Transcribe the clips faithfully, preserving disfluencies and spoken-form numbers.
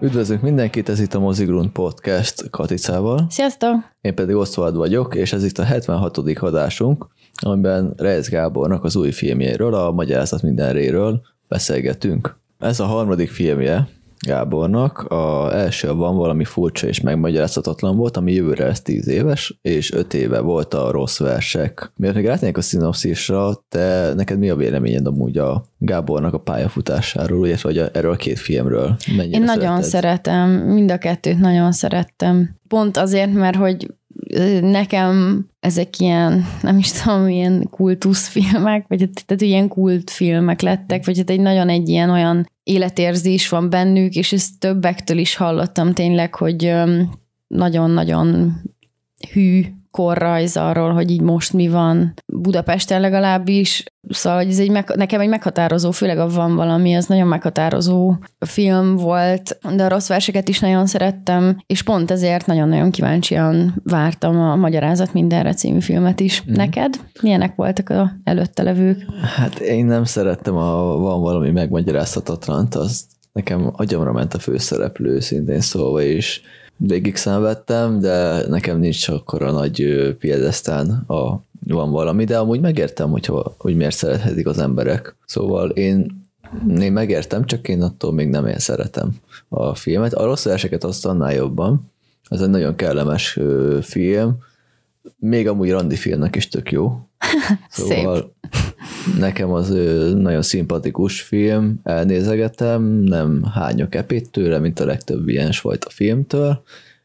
Üdvözlünk mindenkit, ez itt a Mozigrund Podcast Katicával. Sziasztok! Én pedig Oszvald vagyok, és ez itt a hetvenhatodik adásunk, amiben Reisz Gábornak az új filmjéről, a Magyarázat mindenréről beszélgetünk. Ez a harmadik filmje Gábornak, a első Van valami furcsa és megmagyarázhatatlan volt, ami jövőre lesz tíz éves, és öt éve volt a Rossz versek. Miért még rátérnék a szinopszisra, te neked mi a véleményed amúgy a Gábornak a pályafutásáról, illetve vagy erről a két filmről? Mennyire Én nagyon szereted? szeretem, mind a kettőt nagyon szerettem. Pont azért, mert hogy nekem ezek ilyen, nem is tudom, ilyen kultuszfilmek, vagy tehát ilyen kultfilmek lettek, vagy hát egy nagyon egy ilyen olyan életérzés van bennük, és ezt többektől is hallottam tényleg, hogy nagyon-nagyon hű korrajz arról, hogy így most mi van Budapesten legalábbis. Szóval hogy ez egy meg, nekem egy meghatározó, főleg a Van valami, az nagyon meghatározó film volt, de a Rossz verseket is nagyon szerettem, és pont ezért nagyon-nagyon kíváncsian vártam a Magyarázat mindenre című filmet is. Mm. Neked? Milyenek voltak az előtte levők? Hát én nem szerettem a Van valami megmagyarázhatatlant, az nekem agyamra ment a főszereplő, szintén szóval is végig szenvedtem, de nekem nincs akkora nagy piedesztán a Van valami, de amúgy megértem, hogyha, hogy miért szerethetik az emberek. Szóval én, én megértem, csak én attól még nem én szeretem a filmet. A Rossz verseket azt annál jobban. Ez egy nagyon kellemes film. Még amúgy randi filmnek is tök jó. Szóval szép. Nekem az nagyon szimpatikus film, elnézegetem, nem hányok epét tőle, mint a legtöbb ilyen fajta filmtől.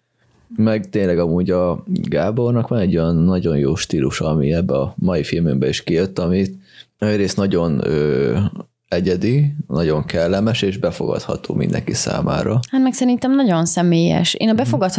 Meg tényleg amúgy a Gábornak van egy olyan nagyon jó stílus, ami ebbe a mai filmünkbe is kijött, amit egyrészt nagyon ö, egyedi, nagyon kellemes és befogadható mindenki számára. Hát meg szerintem nagyon személyes. Én a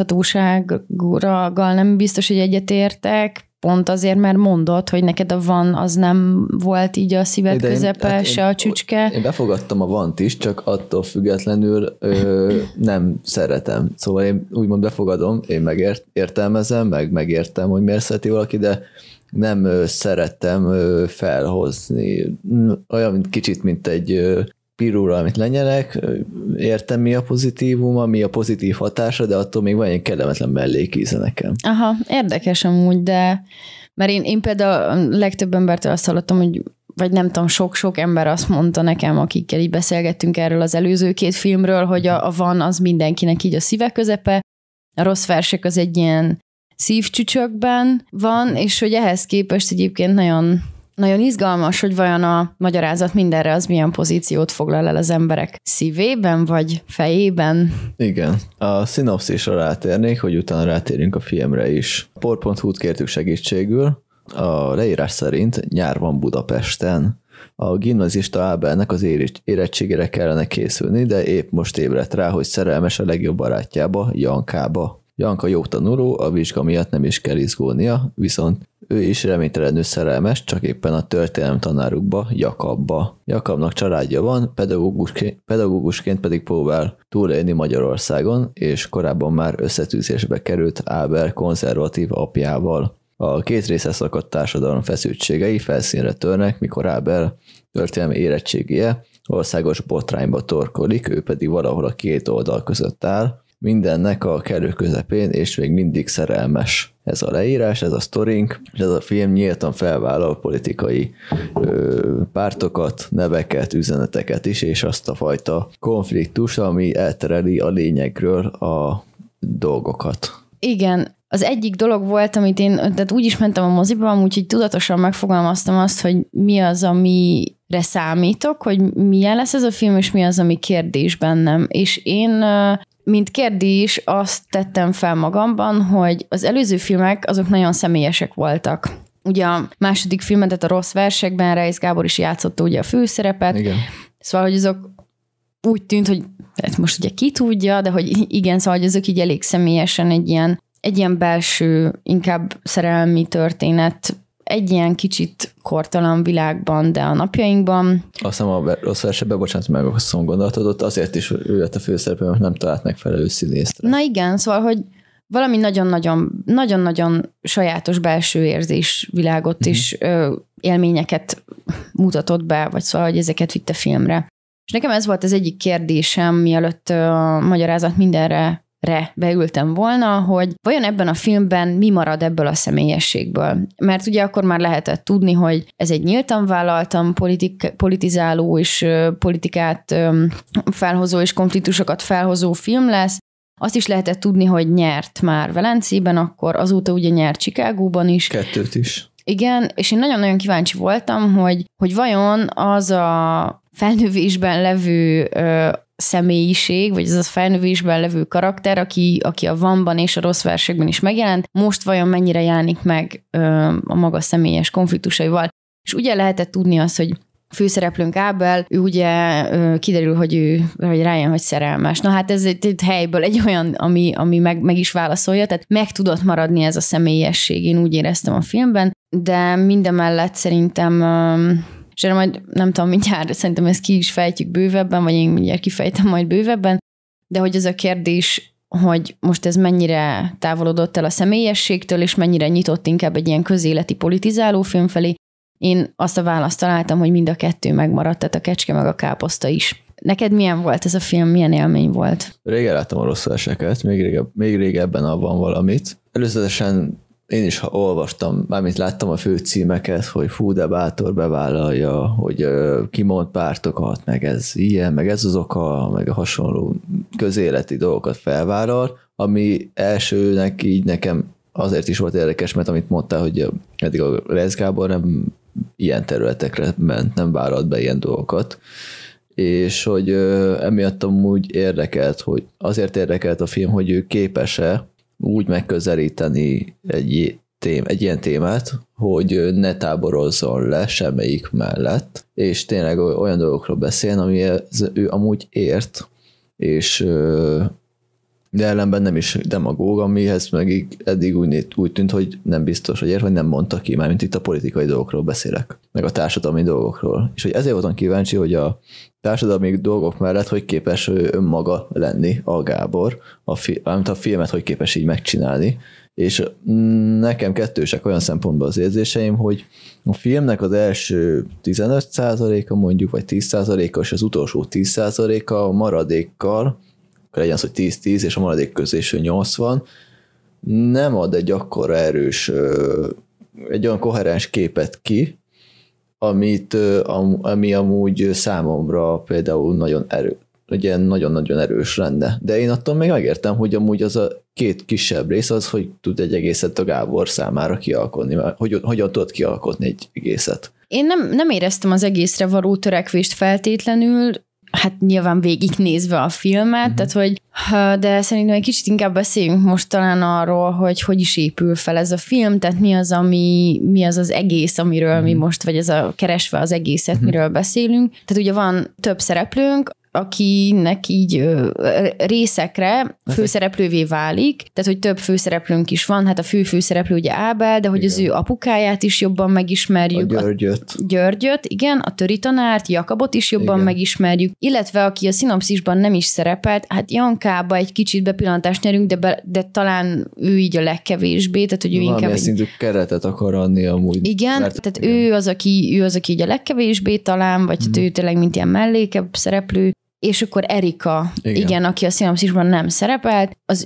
befogadhatósággal nem biztos, hogy egyetértek, pont azért, mert mondod, hogy neked a Van az nem volt így a szíved de közepe, én, hát se én, a csücske. Én befogadtam a Vant is, csak attól függetlenül ö, nem szeretem. Szóval én úgymond befogadom, én megértelmezem, meg megértem, hogy miért szereti valaki, de nem ö, szerettem ö, felhozni. Olyan mint, kicsit, mint egy ö, pirúra, amit lenyelek, értem mi a pozitívuma, mi a pozitív hatása, de attól még van egy kellemetlen mellékíze nekem. Aha, érdekes amúgy, de mert én, én például legtöbb embertől azt hallottam, hogy vagy nem tudom, sok-sok ember azt mondta nekem, akikkel így beszélgettünk erről az előző két filmről, hogy a, a Van az mindenkinek így a szíve közepe, a Rossz versek az egy ilyen szívcsücsökben van, és hogy ehhez képest egyébként nagyon Nagyon izgalmas, hogy vajon a Magyarázat mindenre az milyen pozíciót foglal el az emberek szívében, vagy fejében. Igen. A szinopszisra rátérnék, hogy utána rátérünk a filmre is. por pont hu-t kértük segítségül. A leírás szerint nyár van Budapesten. A gimnazista Ábelnek az érettségére kellene készülni, de épp most ébredt rá, hogy szerelmes a legjobb barátjába, Jankába. Janka jó tanuló, a vizsga miatt nem is kell izgulnia, viszont ő is reménytelenül szerelmes, csak éppen a történelem tanárukba, Jakabba. Jakabnak családja van, pedagógusként, pedagógusként pedig próbál túlélni Magyarországon, és korábban már összetűzésbe került Ábel konzervatív apjával. A két része szakadt társadalom feszültségei felszínre törnek, mikor Ábel történelmi érettségije országos botrányba torkolik, ő pedig valahol a két oldal között áll, mindennek a kellő közepén, és még mindig szerelmes. Ez a leírás, ez a sztorink, és ez a film nyíltan felvállal politikai ö, pártokat, neveket, üzeneteket is, és azt a fajta konfliktus, ami eltereli a lényegről a dolgokat. Igen, az egyik dolog volt, amit én, tehát úgy is mentem a moziba, úgyhogy tudatosan megfogalmaztam azt, hogy mi az, amire számítok, hogy milyen lesz ez a film, és mi az, ami kérdés bennem. És én mint kérdés azt tettem fel magamban, hogy az előző filmek azok nagyon személyesek voltak. Ugye a második filmet, tehát a Rossz versekben Reisz Gábor is játszotta ugye a főszerepet. Igen. Szóval, hogy azok úgy tűnt, hogy hát most ugye ki tudja, de hogy igen, szóval, hogy azok így elég személyesen egy ilyen, egy ilyen belső, inkább szerelmi történet, egy ilyen kicsit kortalan világban, de a napjainkban. Azt hiszem a Rossz versebe, bocsánat, meg azt gondolatot, ott azért is ő lett a főszereplő, mert nem talált megfelelő színészt. Na igen, szóval, hogy valami nagyon-nagyon, nagyon-nagyon sajátos belső érzésvilágot uh-huh. is ö, élményeket mutatott be, vagy szóval, hogy ezeket vitte filmre. És nekem ez volt az egyik kérdésem, mielőtt a magyarázat mindenre re beültem volna, hogy vajon ebben a filmben mi marad ebből a személyességből. Mert ugye akkor már lehetett tudni, hogy ez egy nyíltan vállaltan politik, politizáló és politikát felhozó és konfliktusokat felhozó film lesz. Azt is lehetett tudni, hogy nyert már Velencében, akkor azóta ugye nyert Chicagóban is. Kettőt is. Igen, és én nagyon-nagyon kíváncsi voltam, hogy, hogy vajon az a felnövésben levő ö, személyiség, vagy ez a felnövésben levő karakter, aki, aki a Vanban és a Rossz versekben is megjelent, most vajon mennyire jelenik meg ö, a maga személyes konfliktusaival. És ugye lehetett tudni azt, hogy főszereplőnk Ábel, ő ugye ö, kiderül, hogy ő hogy rájön, hogy szerelmes. Na hát ez egy, egy helyből egy olyan, ami, ami meg, meg is válaszolja, tehát meg tudott maradni ez a személyesség, én úgy éreztem a filmben, de mindemellett szerintem, ö, és erre majd nem tudom, mindjárt szerintem ezt ki is fejtjük bővebben, vagy én mindjárt kifejtem majd bővebben, de hogy ez a kérdés, hogy most ez mennyire távolodott el a személyességtől, és mennyire nyitott inkább egy ilyen közéleti politizáló film felé, én azt a választ találtam, hogy mind a kettő megmaradt, tehát a kecske meg a káposzta is. Neked milyen volt ez a film, milyen élmény volt? Régen láttam a Rossz verseket, még, régebb, még régebben abban valamit. Előzetesen én is olvastam, mármint láttam a főcímeket, hogy fú, de bátor bevállalja, hogy uh, kimond pártokat, meg ez ilyen, meg ez az oka, meg a hasonló közéleti dolgokat felvállal, ami elsőnek így nekem azért is volt érdekes, mert amit mondtál, hogy eddig a Reisz Gábor nem ilyen területekre ment, nem vállalt be ilyen dolgokat, és hogy uh, emiatt amúgy érdekelt, hogy azért érdekelt a film, hogy ő képes-e úgy megközelíteni egy, tém, egy ilyen témát, hogy ne táborozzon le semmelyik mellett, és tényleg olyan dolgokról beszél, ami ő amúgy ért, és de ellenben nem is demagóg, amihez meg eddig úgy, úgy tűnt, hogy nem biztos, hogy ért, vagy nem mondta ki, mármint itt a politikai dolgokról beszélek, meg a társadalmi dolgokról. És hogy ezért voltam kíváncsi, hogy a társadalmi dolgok mellett hogy képes önmaga lenni a Gábor, a, fi, a filmet hogy képes így megcsinálni, és nekem kettősek olyan szempontból az érzéseim, hogy a filmnek az első tizenöt százaléka mondjuk, vagy tíz százaléka, és az utolsó tíz százaléka a maradékkal, legyen az, hogy tíz-tíz, és a maradék közésű nyolcvan, nem ad egy akkora erős, egy olyan koherens képet ki, amit, ami amúgy számomra például nagyon erő, ugye nagyon-nagyon erős lenne. De én attól még megértem, hogy amúgy az a két kisebb rész az, hogy tud egy egészet a Gábor számára kialkotni, mert hogy, hogyan tudod kialkotni egy egészet. Én nem, nem éreztem az egészre való törekvést feltétlenül, hát nyilván végignézve a filmet, mm-hmm. tehát hogy, de szerintem egy kicsit inkább beszéljünk most talán arról, hogy hogy is épül fel ez a film, tehát mi az, ami, mi az az egész, amiről mm-hmm. mi most, vagy ez a keresve az egészet, mm-hmm. miről beszélünk. Tehát ugye van több szereplőnk, akinek így ö, részekre főszereplővé válik, tehát hogy több főszereplőnk is van, hát a fő főszereplő ugye Ábel, de hogy igen. az ő apukáját is jobban megismerjük. A Györgyöt. A Györgyöt, igen, a töri tanárt, Jakabot is jobban igen. megismerjük, illetve aki a szinopszisban nem is szerepelt, hát Jankába egy kicsit bepillantást nyerünk, de, be, de talán ő így a legkevésbé, tehát hogy ő valami inkább... szintű keretet akar adni amúgy. Igen, mert, tehát igen. ő az, aki, ő az, aki így a legkevésbé talán, vagy hmm. ő tényleg mint ilyen mellékebb szereplő, és akkor Erika, igen. igen, aki a szinopszisban nem szerepelt, az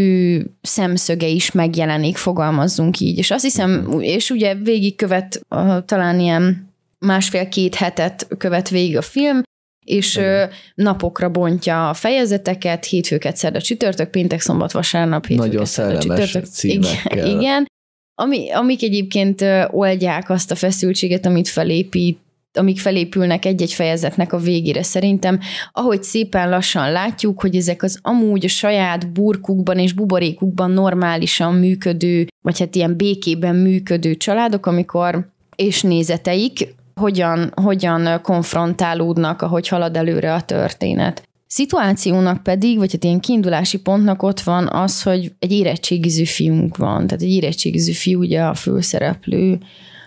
ő szemszöge is megjelenik, fogalmazzunk így. És azt hiszem, és ugye végigkövet, talán ilyen másfél-két hetet követ végig a film, és igen. napokra bontja a fejezeteket, hétfőket, szerda, csütörtök, péntek, szombat, vasárnap, hétfőket, szerda, csütörtök. Címekkel. Igen, igen. Ami, amik egyébként oldják azt a feszültséget, amit felépít, amik felépülnek egy-egy fejezetnek a végére szerintem, ahogy szépen lassan látjuk, hogy ezek az amúgy a saját burkukban és buborékukban normálisan működő, vagy hát ilyen békében működő családok, amikor, és nézeteik, hogyan, hogyan konfrontálódnak, ahogy halad előre a történet. Szituációnak pedig, vagy hát ilyen kiindulási pontnak ott van az, hogy egy érettségiző fiunk van, tehát egy érettségiző fiú ugye a főszereplő,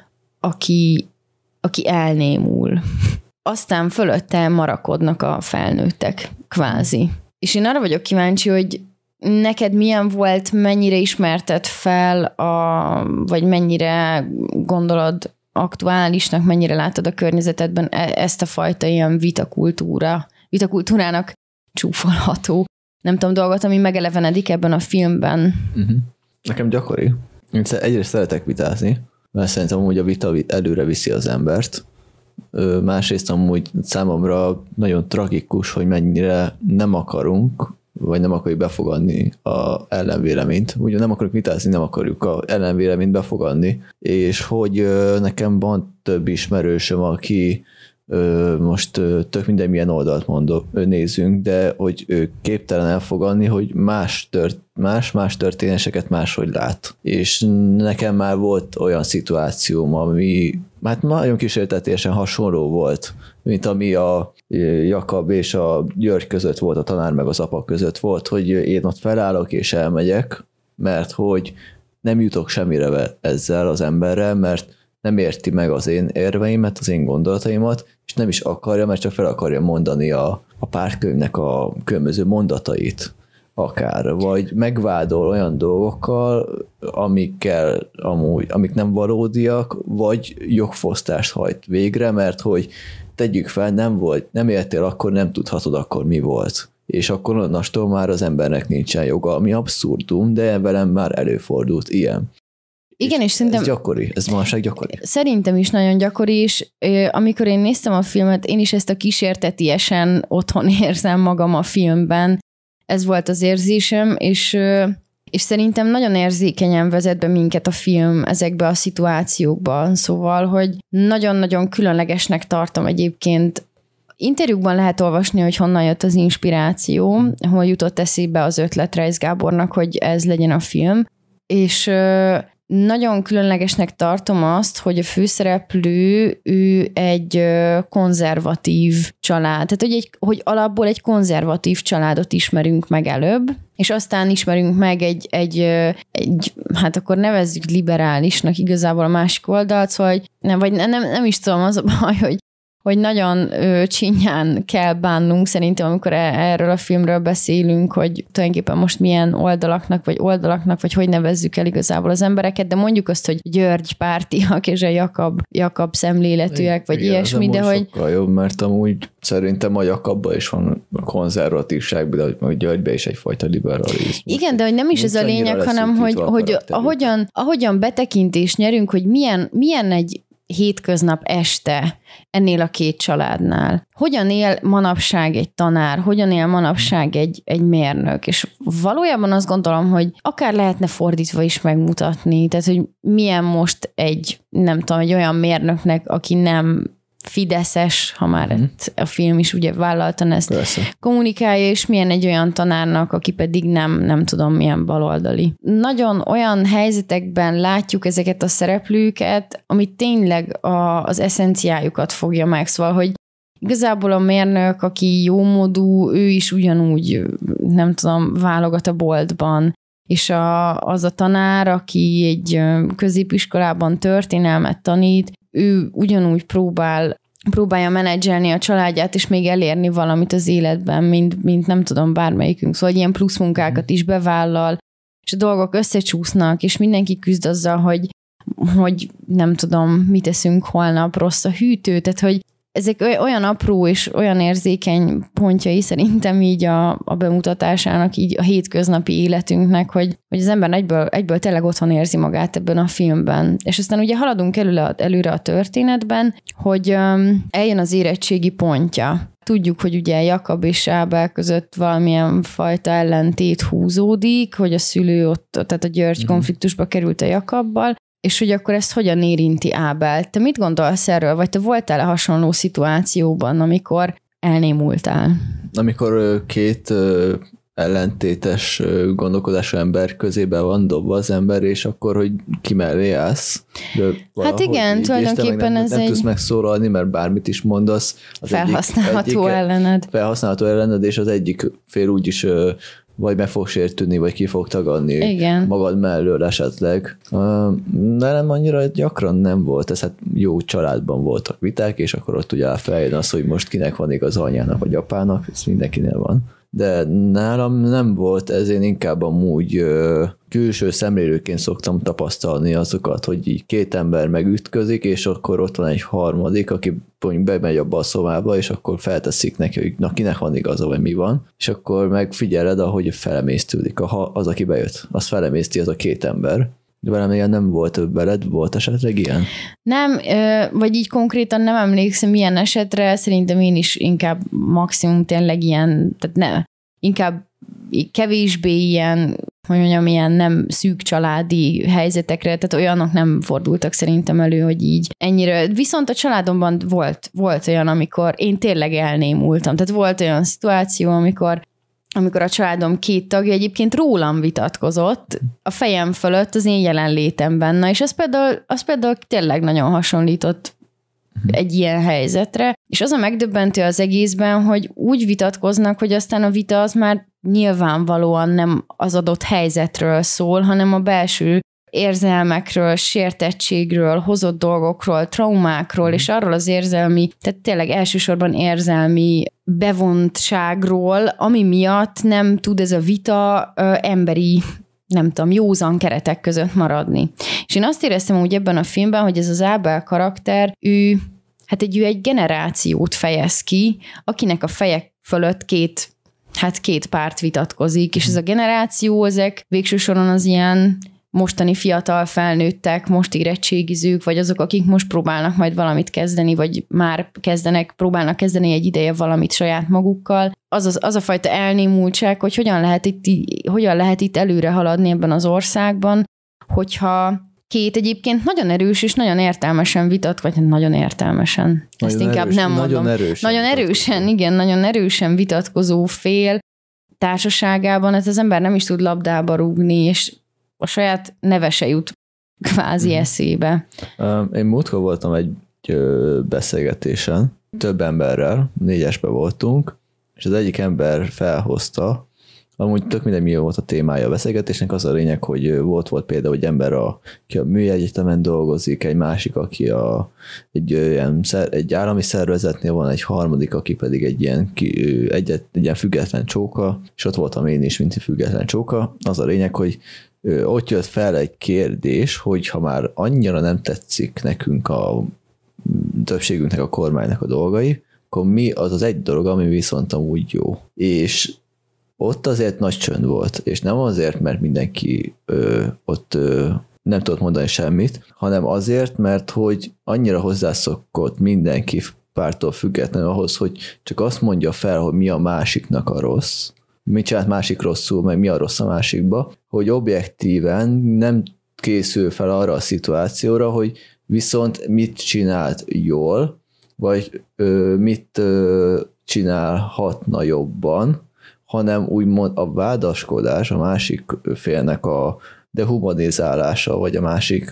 aki aki elnémul. Aztán fölötte marakodnak a felnőttek, kvázi. És én arra vagyok kíváncsi, hogy neked milyen volt, mennyire ismerted fel, a, vagy mennyire gondolod aktuálisnak, mennyire látod a környezetedben ezt a fajta ilyen vitakultúra, vitakultúrának csúfolható, nem tudom, dolgot, ami megelevenedik ebben a filmben. Uh-huh. Nekem gyakori. Én egyrészt szeretek vitázni, mert szerintem amúgy a vita előre viszi az embert. Másrészt amúgy számomra nagyon tragikus, hogy mennyire nem akarunk, vagy nem akarjuk befogadni az ellenvéleményt. Ugye nem akarjuk vitázni, nem akarjuk az ellenvéleményt befogadni, és hogy nekem van több ismerősöm, aki most tök minden milyen oldalt mondok, nézünk, de hogy ő képtelen elfogadni, hogy más, tört, más, más történéseket máshogy lát. És nekem már volt olyan szituációm, ami hát nagyon kísértetésen hasonló volt, mint ami a Jakab és a György között volt, a tanár meg az apa között volt, hogy én ott felállok és elmegyek, mert hogy nem jutok semmire ezzel az emberrel, mert nem érti meg az én érveimet, az én gondolataimat, és nem is akarja, mert csak fel akarja mondani a, a pártkönyvnek a különböző mondatait akár, vagy megvádol olyan dolgokkal, amikkel amúgy, amik nem valódiak, vagy jogfosztást hajt végre, mert hogy tegyük fel, nem volt, nem értél akkor, nem tudhatod akkor mi volt. És akkor onnastól már az embernek nincsen joga, ami abszurdum, de velem már előfordult ilyen. Igen, és, és szerintem... Ez gyakori, ez manapság gyakori. Szerintem is nagyon gyakori, és amikor én néztem a filmet, én is ezt a kísértetiesen otthon érzem magam a filmben. Ez volt az érzésem, és, és szerintem nagyon érzékenyen vezet be minket a film ezekbe a szituációkban. Szóval, hogy nagyon-nagyon különlegesnek tartom egyébként. Interjúkban lehet olvasni, hogy honnan jött az inspiráció, hol jutott eszébe az ötlet Reisz Gábornak, hogy ez legyen a film. És nagyon különlegesnek tartom azt, hogy a főszereplő ő egy konzervatív család. Tehát, hogy, egy, hogy alapból egy konzervatív családot ismerünk meg előbb, és aztán ismerünk meg egy, egy, egy hát akkor nevezzük liberálisnak igazából a másik oldalt, szóval, hogy nem, vagy nem, nem is tudom, az a baj, hogy hogy nagyon ö, csinyán kell bánnunk szerintem, amikor erről a filmről beszélünk, hogy tulajdonképpen most milyen oldalaknak, vagy oldalaknak, vagy hogy nevezzük el igazából az embereket, de mondjuk azt, hogy György pártiak, és a Jakab, Jakab szemléletűek, vagy igen, ilyesmi, de hogy... sokkal jobb, mert amúgy szerintem a Jakabban is van a konzervatívság, de hogy Györgyben is egyfajta liberalizmus. Igen, de hogy nem is ez a lényeg, hanem hogy, hogy ahogyan, ahogyan betekintést nyerünk, hogy milyen, milyen egy hétköznap este ennél a két családnál. Hogyan él manapság egy tanár, hogyan él manapság egy, egy mérnök, és valójában azt gondolom, hogy akár lehetne fordítva is megmutatni, tehát, hogy milyen most egy, nem tudom, egy olyan mérnöknek, aki nem fideszes, ha már mm. a film is ugye vállaltan ezt Persze. kommunikálja, és milyen egy olyan tanárnak, aki pedig nem, nem tudom, milyen baloldali. Nagyon olyan helyzetekben látjuk ezeket a szereplőket, ami tényleg a, az eszenciájukat fogja meg, szóval, hogy igazából a mérnök, aki jómódú, ő is ugyanúgy, nem tudom, válogat a boltban, és a, az a tanár, aki egy középiskolában történelmet tanít, ő ugyanúgy próbál, próbálja menedzselni a családját, és még elérni valamit az életben, mint, mint nem tudom, bármelyikünk. Szóval ilyen plusz munkákat is bevállal, és a dolgok összecsúsznak, és mindenki küzd azzal, hogy, hogy nem tudom, mit eszünk holnap, rossz a hűtő, tehát hogy ezek olyan apró és olyan érzékeny pontjai szerintem így a, a bemutatásának, így a hétköznapi életünknek, hogy, hogy az ember egyből, egyből tényleg otthon érzi magát ebben a filmben. És aztán ugye haladunk előre, előre a történetben, hogy um, eljön az érettségi pontja. Tudjuk, hogy ugye Jakab és Ábel között valamilyen fajta ellentét húzódik, hogy a szülő ott, tehát a György mm-hmm. konfliktusba került a Jakabbal, és hogy akkor ezt hogyan érinti Ábel. Te mit gondolsz erről, vagy te voltál-e hasonló szituációban, amikor elnémultál? Amikor két ellentétes gondolkodású ember közébe van dobva az ember, és akkor, hogy ki mellé állsz. Hát igen, tulajdonképpen nem, ez nem egy... Nem tudsz megszólalni, mert bármit is mondasz. Az felhasználható egyik, ellened. Felhasználható ellened, és az egyik fél úgyis vagy meg fog sértődni, vagy ki fog tagadni Igen. magad mellől esetleg. De nem annyira gyakran nem volt, ez hát jó családban voltak viták, és akkor ott ugye feljön az, hogy most kinek van igaz anyának vagy apának, ez mindenkinél van. de nálam nem volt, ezért inkább amúgy ö, külső szemlélőként szoktam tapasztalni azokat, hogy így két ember megütközik, és akkor ott van egy harmadik, aki bemegy abba a szobába, és akkor felteszik neki, hogy na kinek van igaza, vagy mi van, és akkor megfigyeled, ahogy felemésztődik. Az, aki bejött, az felemészti az a két ember. De velem ilyen nem volt veled, volt esetleg ilyen? Nem, vagy így konkrétan nem emlékszem ilyen esetre, szerintem én is inkább maximum tényleg ilyen, tehát ne, inkább kevésbé ilyen, hogy mondjam, ilyen nem szűk családi helyzetekre, tehát olyanok nem fordultak szerintem elő, hogy így ennyire. Viszont a családomban volt, volt olyan, amikor én tényleg elnémultam, tehát volt olyan szituáció, amikor amikor a családom két tagja egyébként rólam vitatkozott a fejem fölött az én jelenlétemben. Na, és az például, az például tényleg nagyon hasonlított egy ilyen helyzetre. És az a megdöbbentő az egészben, hogy úgy vitatkoznak, hogy aztán a vita az már nyilvánvalóan nem az adott helyzetről szól, hanem a belső érzelmekről, sértettségről, hozott dolgokról, traumákról, és arról az érzelmi, tehát tényleg elsősorban érzelmi bevontságról, ami miatt nem tud ez a vita ö, emberi, nem tudom, józan keretek között maradni. És én azt éreztem úgy ebben a filmben, hogy ez az Ábel karakter, ő, hát egy, ő egy generációt fejez ki, akinek a fejek fölött két, hát két párt vitatkozik, és ez a generáció, ezek végső soron az ilyen mostani fiatal felnőttek, most érettségizők, vagy azok, akik most próbálnak majd valamit kezdeni, vagy már kezdenek, próbálnak kezdeni egy ideje valamit saját magukkal. Az, az, az a fajta elnémultság, hogy hogyan lehet, itt, hogyan lehet itt előre haladni ebben az országban, hogyha két egyébként nagyon erős és nagyon értelmesen vitat, vagy nagyon értelmesen. Nagyon Ezt inkább erős, nem mondom. Nagyon erősen. Nagyon erősen, igen, nagyon erősen vitatkozó fél társaságában, ez az ember nem is tud labdába rúgni, és a saját neve se jut kvázi mm. eszébe. Én múltkor voltam egy beszélgetésen, több emberrel, négyesbe voltunk, és az egyik ember felhozta, amúgy tök minden mi volt a témája a beszélgetésnek, az a lényeg, hogy volt, volt például egy ember, a, aki a műegyetemen dolgozik, egy másik, aki a, egy, ilyen, egy állami szervezetnél van, egy harmadik, aki pedig egy ilyen, egy, egy ilyen független csóka, és ott voltam én is, mint egy független csóka. Az a lényeg, hogy ott jött fel egy kérdés, hogy ha már annyira nem tetszik nekünk a többségünknek, a kormánynak a dolgai, akkor mi az az egy dolog, ami viszont amúgy jó. És ott azért nagy csönd volt, és nem azért, mert mindenki ö, ott ö, nem tudott mondani semmit, hanem azért, mert hogy annyira hozzászokott mindenki pártól függetlenül ahhoz, hogy csak azt mondja fel, hogy mi a másiknak a rossz, mit csinált másik rosszul, meg mi a rossz a másikba, hogy objektíven nem készül fel arra a szituációra, hogy viszont mit csinált jól, vagy ö, mit ö, csinálhatna jobban, hanem úgymond a vádaskodás, a másik félnek a dehumanizálása, vagy a másik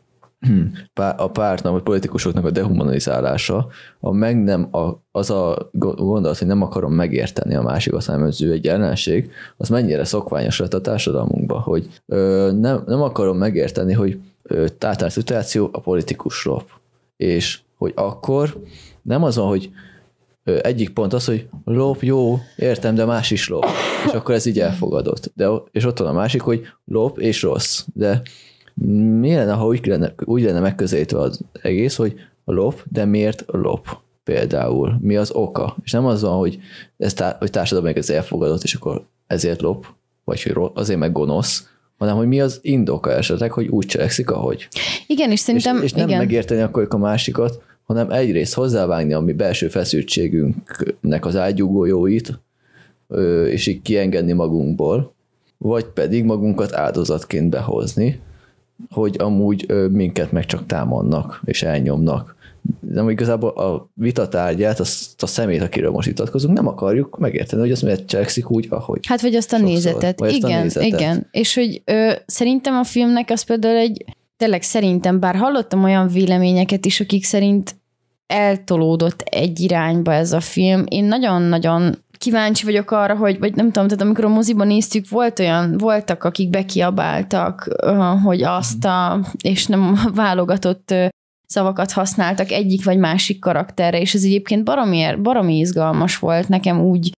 a pártnak, vagy politikusoknak a dehumanizálása, a meg nem, a, az a gondolat, hogy nem akarom megérteni a másikat, hanem ez ő egy ellenség, az mennyire szokványos lett a társadalmunkban, hogy ö, nem, nem akarom megérteni, hogy tátár szituáció, a politikus lop. És hogy akkor nem az van, hogy egyik pont az, hogy lop, jó, értem, de más is lop. És akkor ez így elfogadott. De, és ott van a másik, hogy lop és rossz. De mi lenne, ha úgy lenne, úgy lenne megközelítve az egész, hogy lop, de miért lop? Például. Mi az oka? És nem az van, hogy, ez tá- hogy társadalom ez elfogadott, és akkor ezért lop, vagy hogy azért meg gonosz, hanem hogy mi az indoka esetleg, hogy úgy cselekszik, ahogy. Igen, és szerintem... És, és nem igen. megérteni akkor a másikat, hanem egyrészt hozzávágni a mi belső feszültségünknek az ágyúgójóit, és így kiengedni magunkból, vagy pedig magunkat áldozatként behozni, hogy amúgy minket meg csak támadnak, és elnyomnak. De igazából a vitatárgyát, azt a szemét, akiről most vitatkozunk, nem akarjuk megérteni, hogy azt miért cselekszik úgy, ahogy. Hát, vagy azt a sokszor. nézetet. Vagy igen, a nézetet. Igen. És hogy ö, szerintem a filmnek az például egy, tényleg szerintem, bár hallottam olyan véleményeket is, akik szerint eltolódott egy irányba ez a film. Én nagyon-nagyon kíváncsi vagyok arra, hogy, vagy nem tudom, tehát amikor a moziban néztük, volt olyan, voltak, akik bekiabáltak, hogy azt a, és nem válogatott szavakat használtak egyik vagy másik karakterre, és ez egyébként baromi, baromi izgalmas volt nekem úgy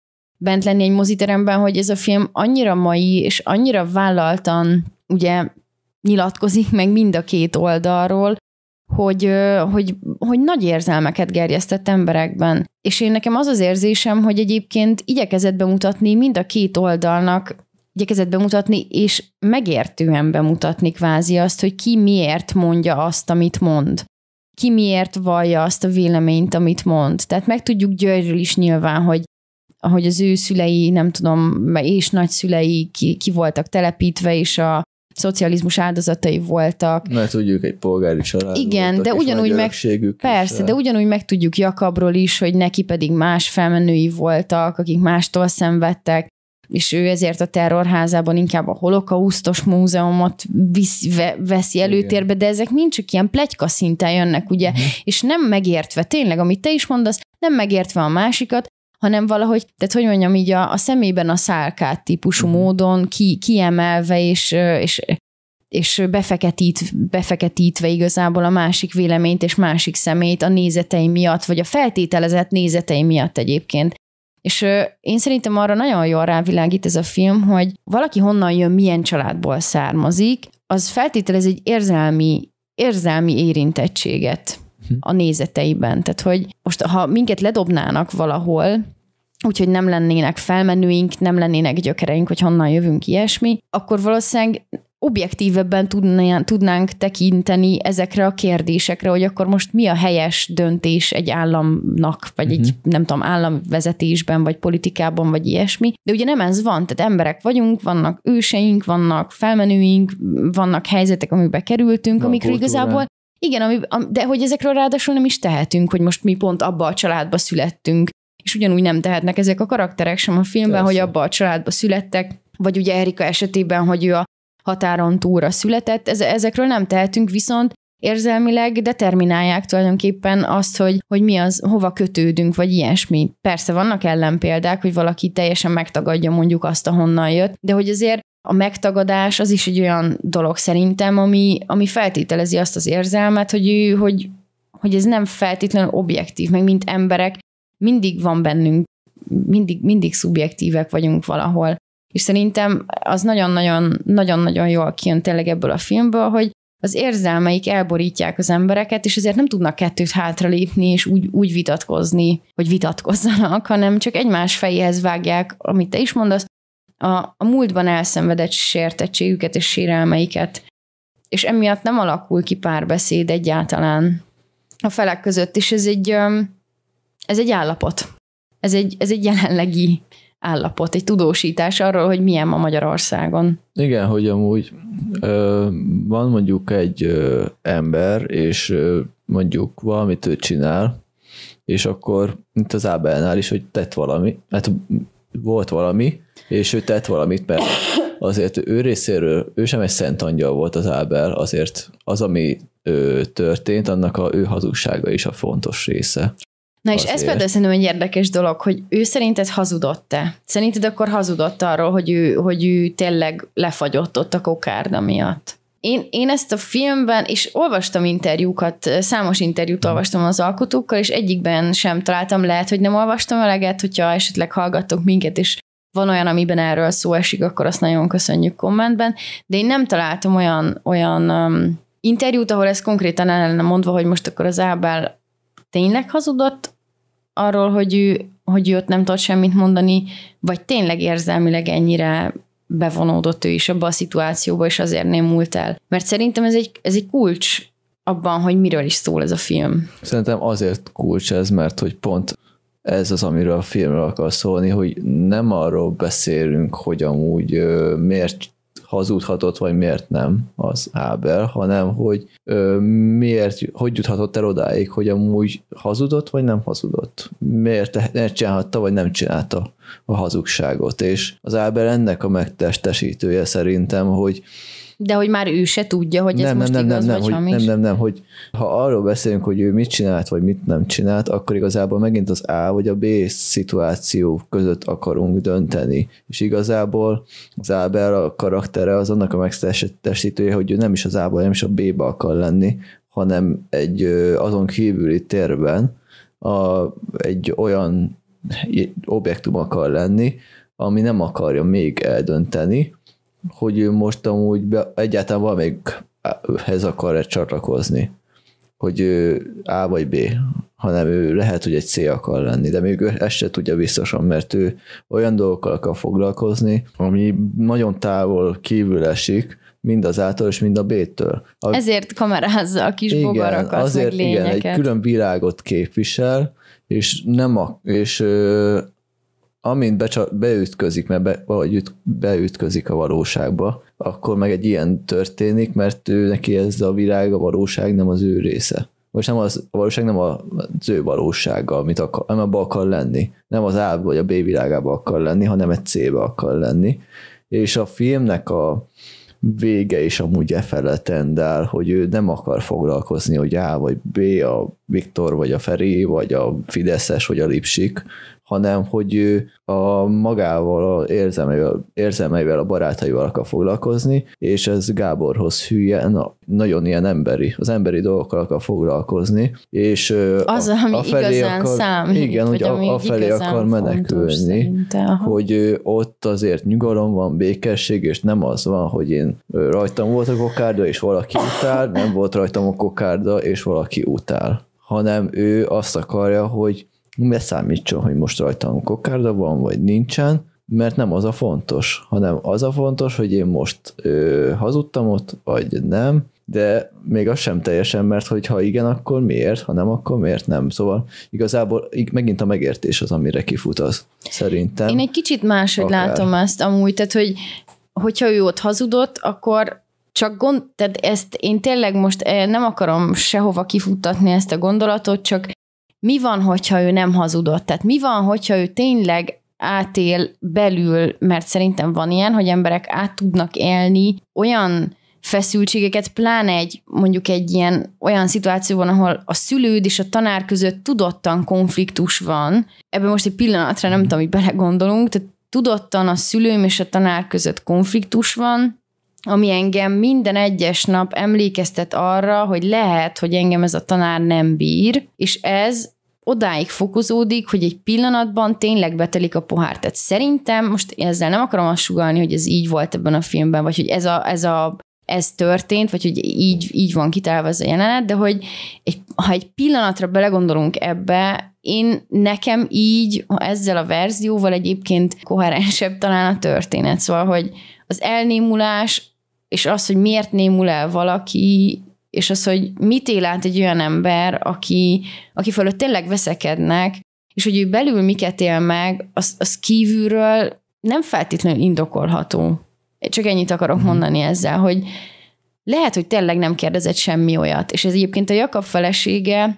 bent lenni egy moziteremben, hogy ez a film annyira mai, és annyira vállaltan ugye nyilatkozik meg mind a két oldalról, hogy, hogy, hogy nagy érzelmeket gerjesztett emberekben. És én nekem az az érzésem, hogy egyébként igyekezett bemutatni mind a két oldalnak, igyekezett bemutatni, és megértően bemutatni kvázi azt, hogy ki miért mondja azt, amit mond. Ki miért vallja azt a véleményt, amit mond. Tehát meg tudjuk Györgyről is nyilván, hogy ahogy az ő szülei, nem tudom, és nagyszülei ki, ki voltak telepítve, és a szocializmus áldozatai voltak. Mert tudjuk, egy polgári család. Igen, de ugyanúgy meg, persze, is, de ugyanúgy meg tudjuk Jakabról is, hogy neki pedig más felmenői voltak, akik mástól szenvedtek, és ő ezért a terrorházában inkább a holokausztos múzeumot visz, veszi előtérbe, igen. De ezek mind csak ilyen pletyka szinten jönnek, ugye, uh-huh. És nem megértve, tényleg, amit te is mondasz, nem megértve a másikat, hanem valahogy, tehát hogy mondjam, így a, a szemében a szálkát típusú uh-huh. módon ki, kiemelve, és, és, és befeketít, befeketítve igazából a másik véleményt és másik szemét a nézetei miatt, vagy a feltételezett nézetei miatt egyébként. És ö, én szerintem arra nagyon jól rávilágít ez a film, hogy valaki honnan jön, milyen családból származik, az feltételez egy érzelmi, érzelmi érintettséget a nézeteiben. Tehát, hogy most ha minket ledobnának valahol, úgyhogy nem lennének felmenőink, nem lennének gyökereink, hogy honnan jövünk ilyesmi, akkor valószínűleg objektívebben tudnánk tekinteni ezekre a kérdésekre, hogy akkor most mi a helyes döntés egy államnak, vagy uh-huh. egy, nem tudom, államvezetésben, vagy politikában, vagy ilyesmi. De ugye nem ez van, tehát emberek vagyunk, vannak őseink, vannak felmenőink, vannak helyzetek, amiben kerültünk, van amikről kultúra. Igazából igen, ami, de hogy ezekről ráadásul nem is tehetünk, hogy most mi pont abba a családba születtünk, és ugyanúgy nem tehetnek ezek a karakterek sem a filmben, persze. Hogy abba a családba születtek, vagy ugye Erika esetében, hogy ő a határon túlra született, ezekről nem tehetünk, viszont érzelmileg determinálják tulajdonképpen azt, hogy, hogy mi az, hova kötődünk, vagy ilyesmi. Persze vannak ellenpéldák, hogy valaki teljesen megtagadja mondjuk azt, ahonnan jött, de hogy azért a megtagadás az is egy olyan dolog szerintem, ami, ami feltételezi azt az érzelmet, hogy, ő, hogy, hogy ez nem feltétlenül objektív, meg mint emberek mindig van bennünk, mindig, mindig szubjektívek vagyunk valahol. És szerintem az nagyon-nagyon, nagyon-nagyon jól kijön tényleg ebből a filmből, hogy az érzelmeik elborítják az embereket, és ezért nem tudnak kettőt hátralépni, és úgy, úgy vitatkozni, hogy vitatkozzanak, hanem csak egymás fejéhez vágják, amit te is mondasz, a, a múltban elszenvedett sértettségüket és sérelmeiket. És emiatt nem alakul ki párbeszéd egyáltalán a felek között, és ez egy, ez egy állapot. Ez egy, ez egy jelenlegi állapot, egy tudósítás arról, hogy milyen ma Magyarországon. Igen, hogy amúgy ö, van mondjuk egy ö, ember, és ö, mondjuk valamit ő csinál, és akkor, mint az Ábelnál is, hogy tett valami, hát volt valami, és ő tett valamit, mert azért ő részéről, ő sem egy szent angyal volt az Ábel, azért az, ami ö, történt, annak a ő hazugsága is a fontos része. Na és azért. Ez például szerintem egy érdekes dolog, hogy ő szerinted hazudott-e? Szerinted akkor hazudott arról, hogy ő, hogy ő tényleg lefagyott ott a kokárda miatt? Én, én ezt a filmben, és olvastam interjúkat, számos interjút olvastam az alkotókkal, és egyikben sem találtam, lehet, hogy nem olvastam eleget, hogyha esetleg hallgattok minket, és van olyan, amiben erről szó esik, akkor azt nagyon köszönjük kommentben, de én nem találtam olyan, olyan um, interjút, ahol ez konkrétan el lenne mondva, hogy most akkor az Ábel tényleg hazudott arról, hogy ő, hogy ő ott nem tudott semmit mondani, vagy tényleg érzelmileg ennyire bevonódott ő is abba a szituációba, és azért nem múlt el. Mert szerintem ez egy, ez egy kulcs abban, hogy miről is szól ez a film. Szerintem azért kulcs ez, mert hogy pont ez az, amiről a filmről akar szólni, hogy nem arról beszélünk, hogy amúgy ö, miért hazudhatott, vagy miért nem az Ábel, hanem hogy ö, miért, hogy juthatott el odáig, hogy amúgy hazudott, vagy nem hazudott. Miért ne csinálhatta, vagy nem csinálta a hazugságot. És az Ábel ennek a megtestesítője szerintem, hogy de hogy már ő se tudja, hogy ez nem, most nem, igaz, nem, vagy hogy, hamis. Nem, nem, nem, hogy ha arról beszélünk, hogy ő mit csinált, vagy mit nem csinált, akkor igazából megint az A vagy a B szituáció között akarunk dönteni. És igazából az Ábel a karaktere az annak a megtestesítője, hogy ő nem is az A-ba, nem is a B-ba akar lenni, hanem egy azon kívüli térben a, egy olyan objektum akar lenni, ami nem akarja még eldönteni, hogy ő most amúgy be, egyáltalán valamelyikhez akar-e csatlakozni, hogy ő A vagy B, hanem ő lehet, hogy egy C akar lenni, de még ő ezt se tudja biztosan, mert ő olyan dolgokkal akar foglalkozni, ami nagyon távol kívül esik, mind az A-tól és mind a B-től. A, Ezért kamerázza a kis igen, bogarakat, azért, meg lényeket. Igen, egy külön világot képvisel, és nem a, és ö, amint becsa, beütközik, mert be, vagy üt, beütközik a valóságba, akkor meg egy ilyen történik, mert ő neki ez a világ, a valóság nem az ő része. Most nem az, a valóság nem az ő valósága, amit akar, nem abba akar lenni. Nem az A vagy a B világába akar lenni, hanem egy C-be akar lenni. És a filmnek a vége is amúgy e fele tendál, hogy ő nem akar foglalkozni, hogy A vagy B, a Viktor, vagy a Feri, vagy a Fideszes, vagy a Lipsik, hanem hogy ő a magával, a érzelmeivel, érzelmeivel, a barátaival akar foglalkozni, és ez Gáborhoz hülye, na, nagyon ilyen emberi, az emberi dolgokkal akar foglalkozni, és az, a, ami a felé igazán akar, számít, igen, hogy a, a felé akar menekülni, hogy ott azért nyugalom van, békesség, és nem az van, hogy én rajtam volt a kokárda, és valaki utál, nem volt rajtam a kokárda, és valaki utál, hanem ő azt akarja, hogy ne számítson, hogy most rajtam kokárda van, vagy nincsen, mert nem az a fontos, hanem az a fontos, hogy én most ö, hazudtam ott, vagy nem, de még az sem teljesen, mert hogyha igen, akkor miért, ha nem, akkor miért nem. Szóval igazából megint a megértés az, amire kifut az, szerintem. Én egy kicsit máshogy akár. látom ezt amúgy, tehát hogy hogyha ő ott hazudott, akkor csak gond, tehát ezt én tényleg most nem akarom sehova kifuttatni ezt a gondolatot, csak mi van, hogyha ő nem hazudott? Tehát mi van, hogyha ő tényleg átél belül, mert szerintem van ilyen, hogy emberek át tudnak élni olyan feszültségeket, pláne egy, mondjuk egy ilyen olyan szituációban, ahol a szülőd és a tanár között tudottan konfliktus van. Ebben most egy pillanatra nem tudom, hogy belegondolunk, tehát tudottan a szülőm és a tanár között konfliktus van, ami engem minden egyes nap emlékeztet arra, hogy lehet, hogy engem ez a tanár nem bír, és ez odáig fokozódik, hogy egy pillanatban tényleg betelik a pohár. Tehát szerintem, most ezzel nem akarom azt sugallni, hogy ez így volt ebben a filmben, vagy hogy ez, a, ez, a, ez történt, vagy hogy így, így van kitálva ez a jelenet, de hogy egy, ha egy pillanatra belegondolunk ebbe, én nekem így, ezzel a verzióval egyébként koherensebb talán a történet. Szóval, hogy az elnémulás, és az, hogy miért némul el valaki, és az, hogy mit él át egy olyan ember, aki, aki fölött tényleg veszekednek, és hogy ő belül miket él meg, az, az kívülről nem feltétlenül indokolható. Csak ennyit akarok mondani ezzel, hogy lehet, hogy tényleg nem kérdezett semmi olyat, és ez egyébként a Jakab felesége,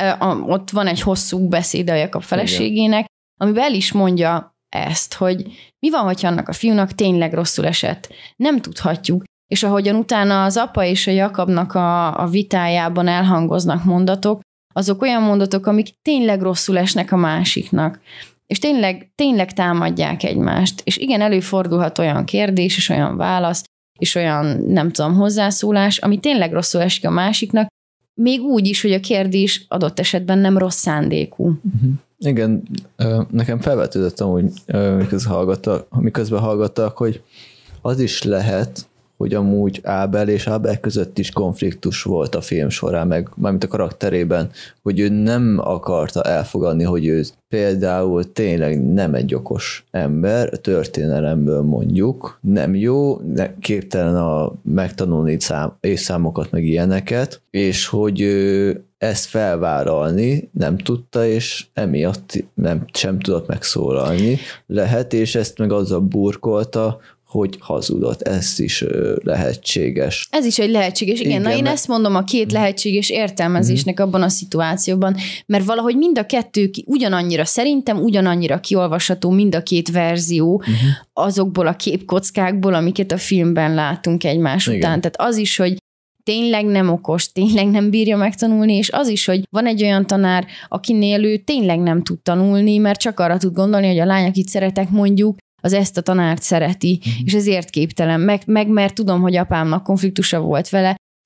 ott van egy hosszú beszéd a Jakab feleségének, amiben el is mondja ezt, hogy mi van, hogyha annak a fiúnak tényleg rosszul esett. Nem tudhatjuk. És ahogyan utána az apa és a Jakabnak a, a vitájában elhangoznak mondatok, azok olyan mondatok, amik tényleg rosszul esnek a másiknak. És tényleg, tényleg támadják egymást. És igen, előfordulhat olyan kérdés, és olyan válasz, és olyan, nem tudom, hozzászólás, ami tényleg rosszul esik a másiknak, még úgy is, hogy a kérdés adott esetben nem rossz szándékú. Uh-huh. Igen, nekem felvetődött amúgy, miközben hallgattak, miközben hallgattak, hogy az is lehet, hogy amúgy Ábel és Ábel között is konfliktus volt a film során, meg mármint a karakterében, hogy ő nem akarta elfogadni, hogy ő például tényleg nem egy okos ember, történelemből mondjuk, nem jó, képtelen a megtanulni szám, évszámokat, meg ilyeneket, és hogy ő ezt felvállalni nem tudta, és emiatt nem, sem tudott megszólalni. Lehet, és ezt meg azzal burkolta, hogy hazudott. Ez is lehetséges. Ez is egy lehetséges. Igen, igen, na én mert... ezt mondom a két lehetséges értelmezésnek abban a szituációban, mert valahogy mind a kettő ugyanannyira, szerintem ugyanannyira kiolvasható mind a két verzió uh-huh. azokból a képkockákból, amiket a filmben látunk egymás igen. után. Tehát az is, hogy tényleg nem okos, tényleg nem bírja megtanulni, és az is, hogy van egy olyan tanár, akinél ő tényleg nem tud tanulni, mert csak arra tud gondolni, hogy a lány, akit szeretek mondjuk, az ezt a tanárt szereti, uh-huh. és ezért képtelen, meg, meg mert tudom, hogy apámnak konfliktusa volt vele,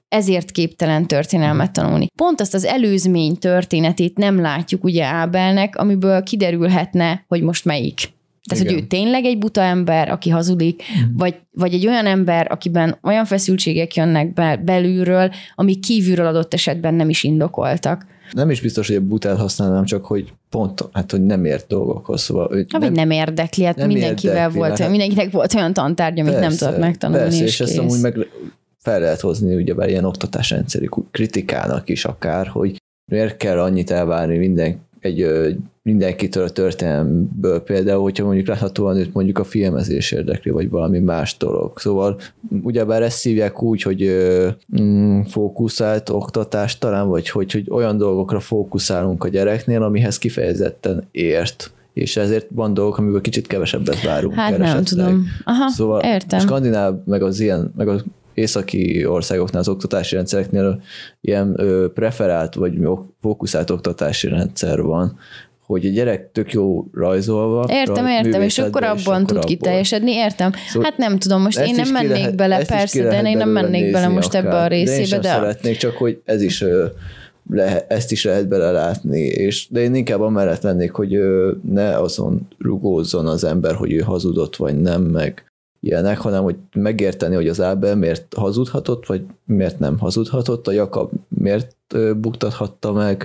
ezért képtelen történelmet tanulni. Pont azt az előzmény történetét nem látjuk ugye Ábelnek, amiből kiderülhetne, hogy most melyik. Tehát, igen. Hogy ő tényleg egy buta ember, aki hazudik, mm. vagy, vagy egy olyan ember, akiben olyan feszültségek jönnek be, belülről, amik kívülről adott esetben nem is indokoltak. Nem is biztos, hogy a butát használnám, csak hogy pont, hát, hogy nem ért dolgokhoz. Szóval, nem, vagy nem érdekli, hát nem mindenkivel érdekli, volt, hát, mindenkinek volt olyan tantárgy, amit persze, nem tudott megtanulni. Persze, és, és ezt amúgy meg fel lehet hozni, ugyebár ilyen oktatásrendszeri kritikának is akár, hogy miért kell annyit elvárni minden, egy, mindenkitől a történelmből, például, hogyha mondjuk láthatóan őt mondjuk a filmezés érdekli, vagy valami más dolog. Szóval ugyebár ezt szívják úgy, hogy mm, fókuszált oktatás talán, vagy hogy, hogy olyan dolgokra fókuszálunk a gyereknél, amihez kifejezetten ért. És ezért van dolgok, amiből kicsit kevesebbet várunk. Hát keresetleg. Nem tudom. Aha, szóval értem. A skandináv, meg az ilyen, meg az északi országoknál az oktatási rendszereknél ilyen ö, preferált, vagy fókuszált oktatási rendszer van, hogy a gyerek tök jó rajzolva. Értem, rajz, értem, és akkor abban tud kiteljesedni, értem. Szóval hát nem tudom, most én nem mennék lehet, bele, persze, de én nem mennék bele most akár, ebbe a részébe. De én sem de szeretnék, csak hogy ez is lehet, ezt is lehet belelátni, és, de én inkább amellett lennék, hogy ne azon rugózzon az ember, hogy ő hazudott, vagy nem, meg ilyenek, hanem hogy megérteni, hogy az Ábel miért hazudhatott, vagy miért nem hazudhatott, a Jakab miért buktathatta meg,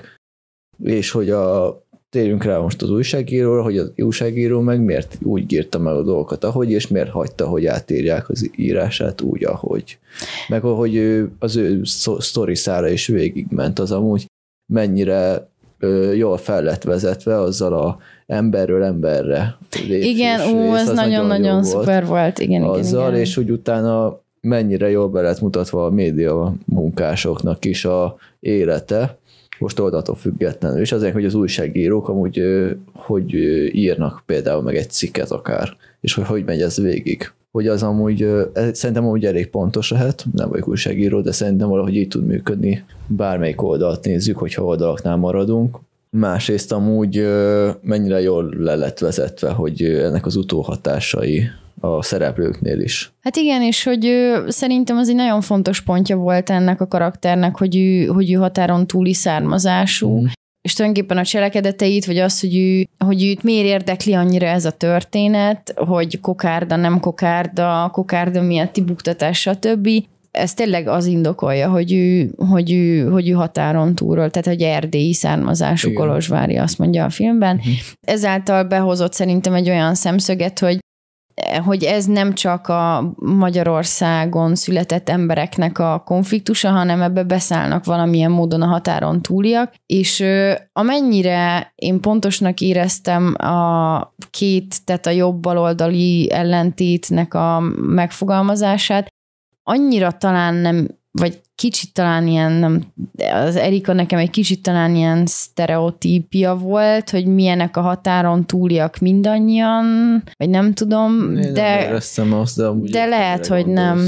és hogy a, térjünk rá most az újságíróra, hogy az újságíró meg miért úgy írta meg a dolgokat, ahogy, és miért hagyta, hogy átírják az írását úgy, ahogy. Meg hogy ő, az ő sztoriszára is végigment, az amúgy mennyire ö, jól fel lett vezetve azzal a emberről emberre. Igen, ú, ez nagyon-nagyon szuper volt. Igen, azzal, igen, és hogy utána mennyire jól be lett mutatva a média munkásoknak is a élete, most oldaltól függetlenül, és azért, hogy az újságírók amúgy, hogy írnak például meg egy cikket akár, és hogy hogy megy ez végig. Hogy az amúgy, szerintem amúgy elég pontos lehet, nem vagyok újságíró, de szerintem valahogy így tud működni. Bármelyik oldalt nézzük, hogyha oldalaknál maradunk. Másrészt amúgy mennyire jól le lett vezetve, hogy ennek az utóhatásai a szereplőknél is. Hát igen, és hogy ő, szerintem az egy nagyon fontos pontja volt ennek a karakternek, hogy ő, hogy ő határon túli származású, mm. és tulajdonképpen a cselekedeteit, vagy az, hogy, ő, hogy őt miért érdekli annyira ez a történet, hogy kokárda, nem kokárda, kokárda miatti buktatás, stb. Ez tényleg az indokolja, hogy ő, hogy ő, hogy ő határon túlról, tehát hogy erdélyi származású igen. Kolozsvári, azt mondja a filmben. Mm. Ezáltal behozott szerintem egy olyan szemszöget, hogy hogy ez nem csak a Magyarországon született embereknek a konfliktusa, hanem ebbe beszállnak valamilyen módon a határon túliak, és amennyire én pontosnak éreztem a két, tehát a jobb-baloldali ellentétnek a megfogalmazását, annyira talán nem, vagy kicsit talán ilyen, nem, az Erika nekem egy kicsit talán ilyen sztereotípia volt, hogy milyenek a határon túliak mindannyian, vagy nem tudom, én de, nem azt, de, de lehet, hogy nem.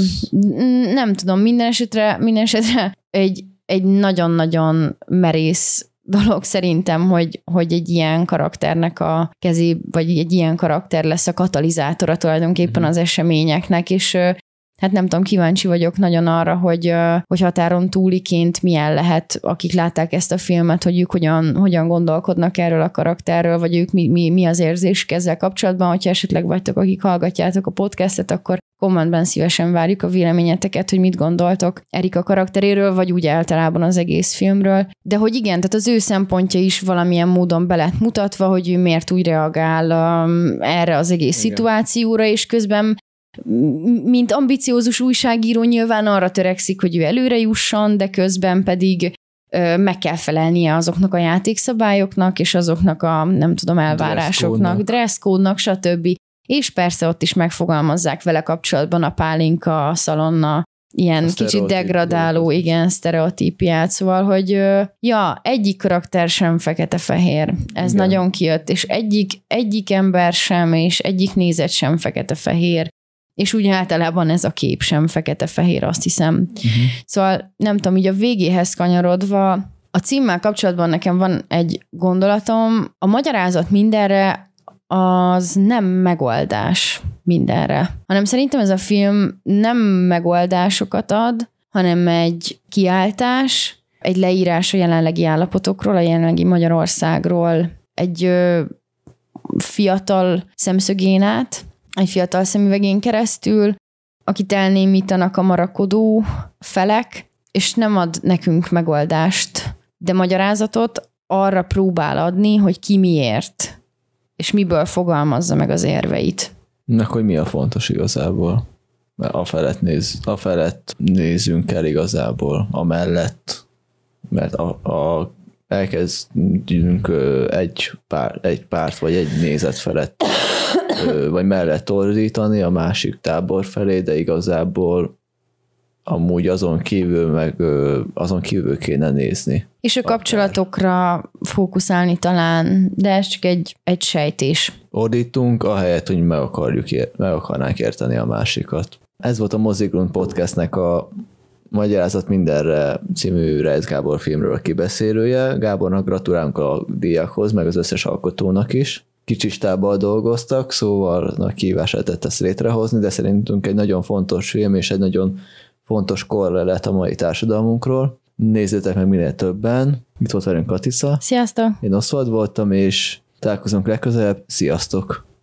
Nem tudom, minden esetre, minden esetre egy, egy nagyon-nagyon merész dolog szerintem, hogy, hogy egy ilyen karakternek a kezé, vagy egy ilyen karakter lesz a katalizátora tulajdonképpen mm-hmm. az eseményeknek, és hát nem tudom, kíváncsi vagyok nagyon arra, hogy, hogy határon túliként milyen lehet, akik látták ezt a filmet, hogy ők hogyan, hogyan gondolkodnak erről a karakterről, vagy ők mi, mi, mi az érzésük ezzel kapcsolatban, hogyha esetleg vagytok, akik hallgatjátok a podcastet, akkor kommentben szívesen várjuk a véleményeteket, hogy mit gondoltok Erika karakteréről, vagy úgy általában az egész filmről. De hogy igen, tehát az ő szempontja is valamilyen módon be lett mutatva, hogy ő miért úgy reagál um, erre az egész igen. szituációra, és közben mint ambiciózus újságíró nyilván arra törekszik, hogy ő előre jusson, de közben pedig ö, meg kell felelnie azoknak a játékszabályoknak, és azoknak a, nem tudom, elvárásoknak, dresszkódnak, stb. És persze ott is megfogalmazzák vele kapcsolatban a pálinka szalonna ilyen kicsit degradáló, igen, sztereotípiát, szóval, hogy ja, egyik karakter sem fekete-fehér. Ez igen. nagyon kijött, és egyik, egyik ember sem, és egyik nézet sem fekete-fehér. És úgy általában ez a kép sem fekete-fehér, azt hiszem. Uh-huh. Szóval nem tudom, így a végéhez kanyarodva, a címmel kapcsolatban nekem van egy gondolatom, a magyarázat mindenre az nem megoldás mindenre, hanem szerintem ez a film nem megoldásokat ad, hanem egy kiáltás, egy leírás a jelenlegi állapotokról, a jelenlegi Magyarországról, egy ö, fiatal szemszögén át, egy fiatal szemüvegén keresztül, akit elnémítanak a marakodó felek, és nem ad nekünk megoldást, de magyarázatot arra próbál adni, hogy ki miért, és miből fogalmazza meg az érveit. Nek, hogy mi a fontos igazából? Mert afelett, néz, afelett nézzünk el igazából, amellett, mert a, a, elkezdjünk egy, pár, egy párt, vagy egy nézet felett, vagy mellett ordítani a másik tábor felé, de igazából amúgy azon kívül meg azon kívül kéne nézni. És a kapcsolatokra fókuszálni talán, de ez csak egy, egy sejtés. Ordítunk, ahelyett, hogy meg, akarjuk ér, meg akarnánk érteni a másikat. Ez volt a Mozigrund Podcastnek a Magyarázat mindenre című Reis Gábor filmről a kibeszélője. Gábornak gratulálunk a díjakhoz, meg az összes alkotónak is. Kicsi stábbal dolgoztak, szóval a kihívás lehetett ezt létrehozni, de szerintünk egy nagyon fontos film és egy nagyon fontos korrelet a mai társadalmunkról. Nézzétek meg minél többen. Itt volt velünk Katica. Sziasztok! Én Oswald voltam, és találkozunk legközelebb. Sziasztok!